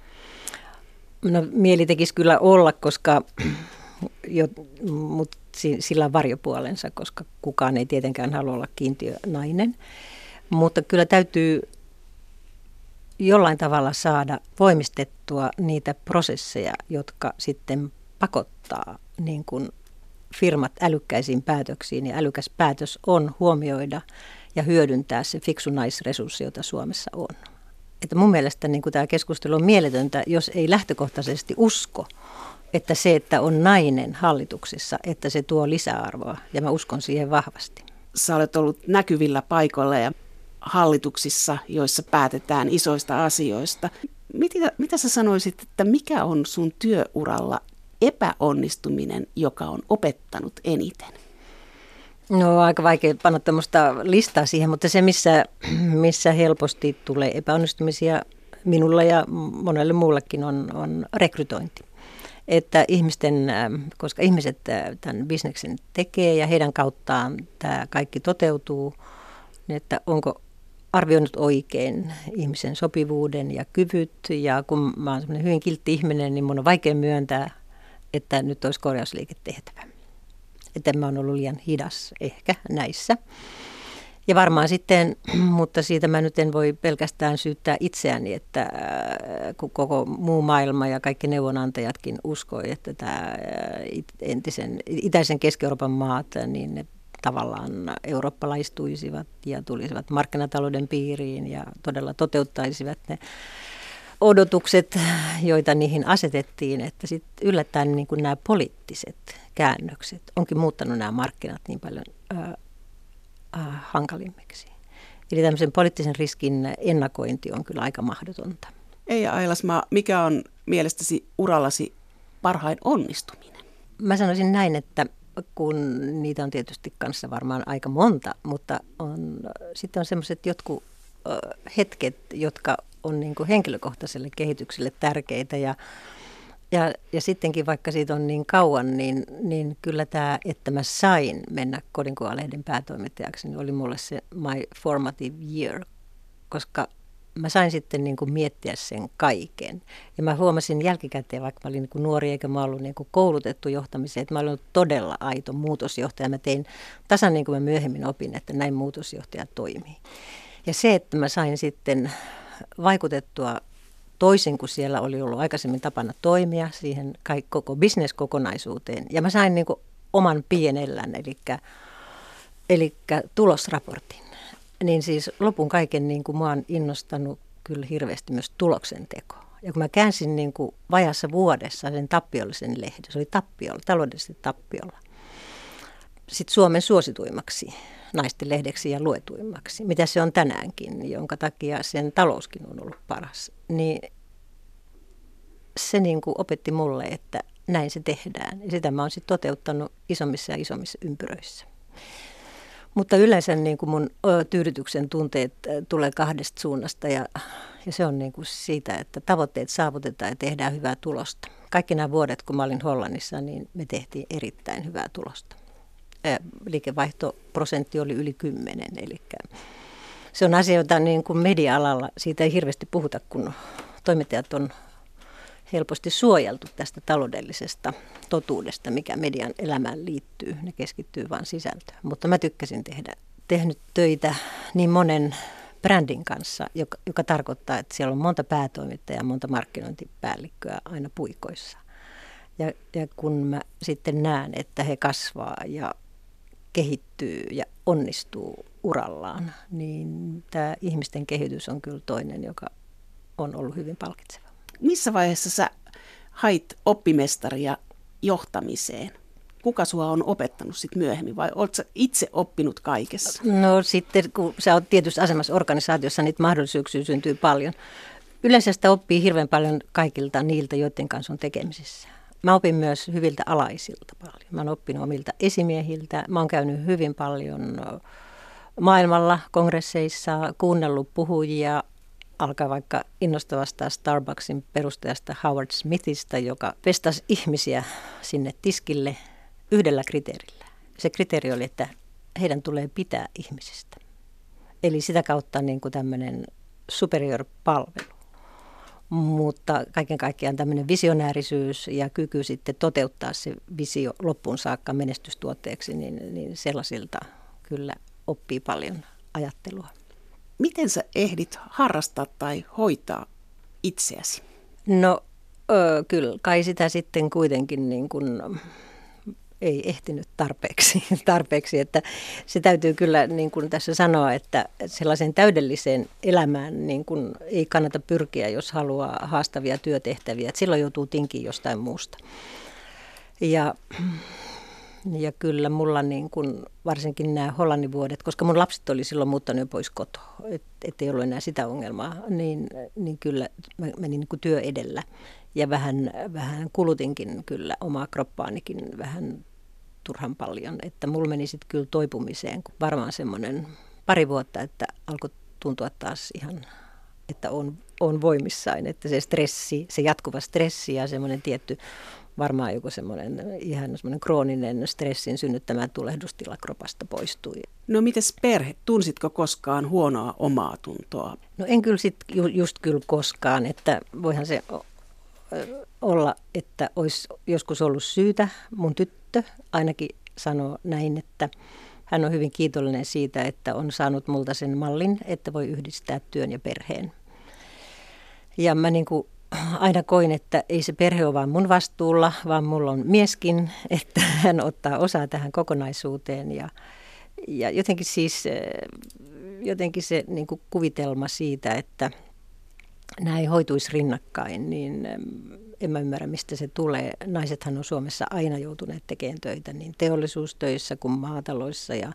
No mieli tekisi kyllä olla, koska jo, mutta sillä on varjopuolensa, koska kukaan ei tietenkään halua olla kiintiönainen. Mutta kyllä täytyy jollain tavalla saada voimistettua niitä prosesseja, jotka sitten pakottaa niin kuin firmat älykkäisiin päätöksiin. Ja älykäs päätös on huomioida ja hyödyntää se fiksu naisresurssi, jota Suomessa on. Että mun mielestä niin kuin tämä keskustelu on mieletöntä, jos ei lähtökohtaisesti usko, että se, että on nainen hallituksessa, että se tuo lisäarvoa. Ja mä uskon siihen vahvasti. Sä olet ollut näkyvillä paikoilla ja hallituksissa, joissa päätetään isoista asioista. Mitä, mitä sä sanoisit, että mikä on sun työuralla epäonnistuminen, joka on opettanut eniten? No aika vaikea panna tämmöistä listaa siihen, mutta se missä, missä helposti tulee epäonnistumisia minulla ja monelle muullekin on, on rekrytointi. Että ihmisten, koska ihmiset tämän bisneksen tekee ja heidän kauttaan tämä kaikki toteutuu, niin että onko arvioinut oikein ihmisen sopivuuden ja kyvyt. Ja kun mä oon semmoinen hyvin kiltti ihminen, niin mun on vaikea myöntää, että nyt olisi korjausliike tehtävä. Että mä oon ollut liian hidas ehkä näissä. Ja varmaan sitten, mutta siitä mä nyt en voi pelkästään syyttää itseäni, että kun koko muu maailma ja kaikki neuvonantajatkin uskoi, että tämä entisen, itäisen Keski-Euroopan maat, niin ne tavallaan eurooppalaistuisivat ja tulisivat markkinatalouden piiriin ja todella toteuttaisivat ne odotukset, joita niihin asetettiin, että sitten yllättäen niin kuin nämä poliittiset käännökset onkin muuttanut nämä markkinat niin paljon ää, ää, hankalimmiksi. Eli tämmöisen poliittisen riskin ennakointi on kyllä aika mahdotonta. Eija Ailasmaa, mikä on mielestäsi urallasi parhain onnistuminen? Mä sanoisin näin, että kun niitä on tietysti kanssa varmaan aika monta, mutta on, sitten on semmoiset jotkut äh, hetket, jotka on niin kuin henkilökohtaiselle kehitykselle tärkeitä ja, ja, ja sittenkin vaikka siitä on niin kauan, niin, niin kyllä tämä, että mä sain mennä Kodinkuvaa-lehden päätoimittajaksi, niin oli mulle se my formative year, koska mä sain sitten niin kuin miettiä sen kaiken. Ja mä huomasin jälkikäteen, vaikka mä olin niin kuin nuori eikä mä ollut niin kuin koulutettu johtamiseen, että mä olin todella aito muutosjohtaja. Mä tein tasan niin kuin mä myöhemmin opin, että näin muutosjohtaja toimii. Ja se, että mä sain sitten vaikutettua toisin kuin siellä oli ollut aikaisemmin tapana toimia siihen koko bisneskokonaisuuteen. Ja mä sain niin kuin oman pienellän, eli, eli tulosraportin. Niin siis lopun kaiken niin kuin mua on innostanut kyllä hirveästi myös tuloksenteko. Ja kun mä käänsin niin kuin vajassa vuodessa sen tappiollisen lehden, se oli tappiolla, taloudellisesti tappiolla, sitten Suomen suosituimmaksi naisten lehdeksi ja luetuimmaksi, mitä se on tänäänkin, jonka takia sen talouskin on ollut paras, niin se niin kuin opetti mulle, että näin se tehdään. Ja sitä mä oon sitten toteuttanut isommissa ja isommissa ympyröissä. Mutta yleensä niin kuin mun tyydytyksen tunteet tulee kahdesta suunnasta ja, ja se on niin kuin siitä, että tavoitteet saavutetaan ja tehdään hyvää tulosta. Kaikki nämä vuodet, kun mä olin Hollannissa, niin me tehtiin erittäin hyvää tulosta. Liikevaihtoprosentti oli yli kymmenen, eli se on asia, jota niin kuin media-alalla siitä ei hirveästi puhuta, kun toimittajat on helposti suojeltu tästä taloudellisesta totuudesta, mikä median elämään liittyy. Ne keskittyy vain sisältöön. Mutta mä tykkäsin tehdä, tehnyt töitä niin monen brändin kanssa, joka, joka tarkoittaa, että siellä on monta päätoimittajaa, monta markkinointipäällikköä aina puikoissa. Ja, ja kun mä sitten näen, että he kasvaa ja kehittyy ja onnistuu urallaan, niin tämä ihmisten kehitys on kyllä toinen, joka on ollut hyvin palkitseva. Missä vaiheessa sä hait oppimestaria johtamiseen. Kuka sua on opettanut sit myöhemmin vai oletko itse oppinut kaikessa? No sitten, kun sä oot tietyssä asemassa organisaatiossa, niitä mahdollisuuksia syntyy paljon. Yleensä sitä oppii hirveän paljon kaikilta niiltä, joiden kanssa on tekemisissä. Mä opin myös hyviltä alaisilta paljon. Mä oon oppinut omilta esimiehiltä. Mä oon käynyt hyvin paljon maailmalla, kongresseissa, kuunnellut puhujia. Alkaa vaikka innostavasta Starbucksin perustajasta Howard Smithistä, joka pestasi ihmisiä sinne tiskille yhdellä kriteerillä. Se kriteeri oli, että heidän tulee pitää ihmisistä. Eli sitä kautta niin kuin tämmöinen superior-palvelu. Mutta kaiken kaikkiaan tämmöinen visionäärisyys ja kyky sitten toteuttaa se visio loppuun saakka menestystuotteeksi, niin, niin sellaisilta kyllä oppii paljon ajattelua. Miten sä ehdit harrastaa tai hoitaa itseäsi? No ö, kyllä, kai sitä sitten kuitenkin niin kuin ei ehtinyt tarpeeksi, tarpeeksi, että se täytyy kyllä niin kuin tässä sanoa, että sellaiseen täydelliseen elämään niin kuin ei kannata pyrkiä, jos haluaa haastavia työtehtäviä, että silloin joutuu tinkiin jostain muusta. Ja, ja kyllä mulla niin kuin varsinkin nämä Hollannin vuodet, koska mun lapset oli silloin muuttanut jo pois kotoa, et, ettei ollut enää sitä ongelmaa, niin, niin kyllä mä menin niin kuin työ edellä ja vähän, vähän kulutinkin kyllä omaa kroppaanikin vähän turhan paljon, että mulla meni sitten kyllä toipumiseen, kun varmaan semmoinen pari vuotta, että alkoi tuntua taas ihan, että on, on voimissaan, että se stressi, se jatkuva stressi ja semmoinen tietty, varmaan joku semmoinen ihan semmoinen krooninen stressin synnyttämä tulehdustila kropasta poistui. No mites perhe? Tunsitko koskaan huonoa omaa tuntoa? No en kyllä sit ju, just kyllä koskaan, että voihan se olla, että olisi joskus ollut syytä. Mun tyttö ainakin sanoo näin, että hän on hyvin kiitollinen siitä, että on saanut multa sen mallin, että voi yhdistää työn ja perheen. Ja mä niin kuin aina koin, että ei se perhe ole vaan mun vastuulla, vaan mulla on mieskin, että hän ottaa osaa tähän kokonaisuuteen. Ja, ja jotenkin siis jotenkin se niin kuin kuvitelma siitä, että nämä ei hoituisi rinnakkain, niin en mä ymmärrä, mistä se tulee. Naisethan on Suomessa aina joutuneet tekemään töitä niin teollisuustöissä kuin maataloissa ja,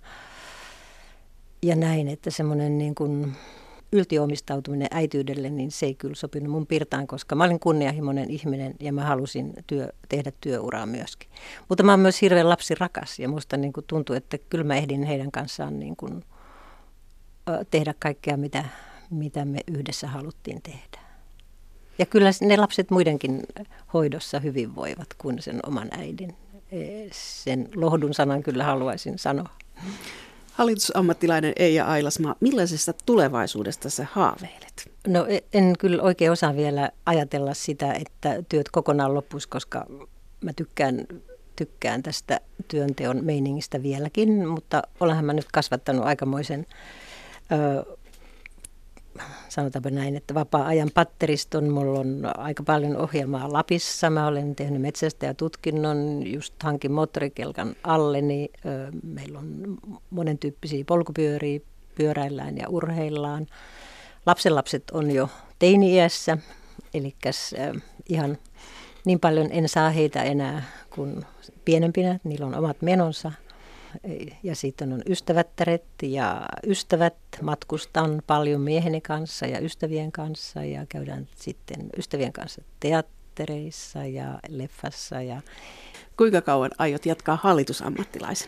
ja näin, että semmoinen niin kuin yltiöomistautuminen äityydelle, niin se ei kyllä sopinut mun pirtaan, koska mä olin kunnianhimoinen ihminen ja mä halusin työ, tehdä työuraa myöskin. Mutta mä oon myös hirveän lapsirakas ja musta niin kuin tuntuu, että kyllä mä ehdin heidän kanssaan niin kuin tehdä kaikkea, mitä, mitä me yhdessä haluttiin tehdä. Ja kyllä ne lapset muidenkin hoidossa hyvin voivat kuin sen oman äidin. Sen lohdun sanan kyllä haluaisin sanoa. Hallitusammattilainen Eija Ailasmaa, millaisesta tulevaisuudesta sä haaveilet? No en kyllä oikein osaa vielä ajatella sitä, että työt kokonaan loppuisi, koska mä tykkään, tykkään tästä työnteon meiningistä vieläkin, mutta olenhan mä nyt kasvattanut aikamoisen, ö, sanotaanpa näin, että vapaa-ajan patteriston. Mulla on aika paljon ohjelmaa Lapissa. Mä olen tehnyt metsästäjätutkinnon, just hankin moottorikelkan alleni. Meillä on monen tyyppisiä polkupyöriä, pyöräillään ja urheillaan. Lapsenlapset on jo teini-iässä, eli ihan niin paljon en saa heitä enää kuin pienempinä. Niillä on omat menonsa. Ja sitten on ystävättäret ja ystävät, matkustan paljon mieheni kanssa ja ystävien kanssa ja käydään sitten ystävien kanssa teattereissa ja leffassa. Ja kuinka kauan aiot jatkaa hallitusammattilaisena?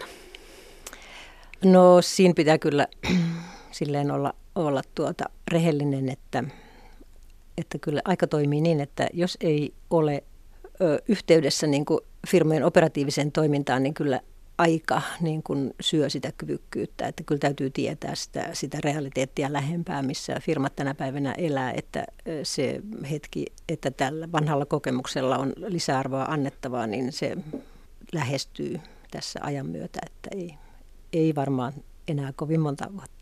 No siinä pitää kyllä silleen olla, olla tuota rehellinen, että, että kyllä aika toimii niin, että jos ei ole ö, yhteydessä niin kuin firmojen operatiiviseen toimintaan, niin kyllä aika niin kuin syö sitä kyvykkyyttä, että kyllä täytyy tietää sitä, sitä realiteettia lähempää, missä firmat tänä päivänä elää, että se hetki, että tällä vanhalla kokemuksella on lisäarvoa annettavaa, niin se lähestyy tässä ajan myötä, että ei, ei varmaan enää kovin monta vuotta.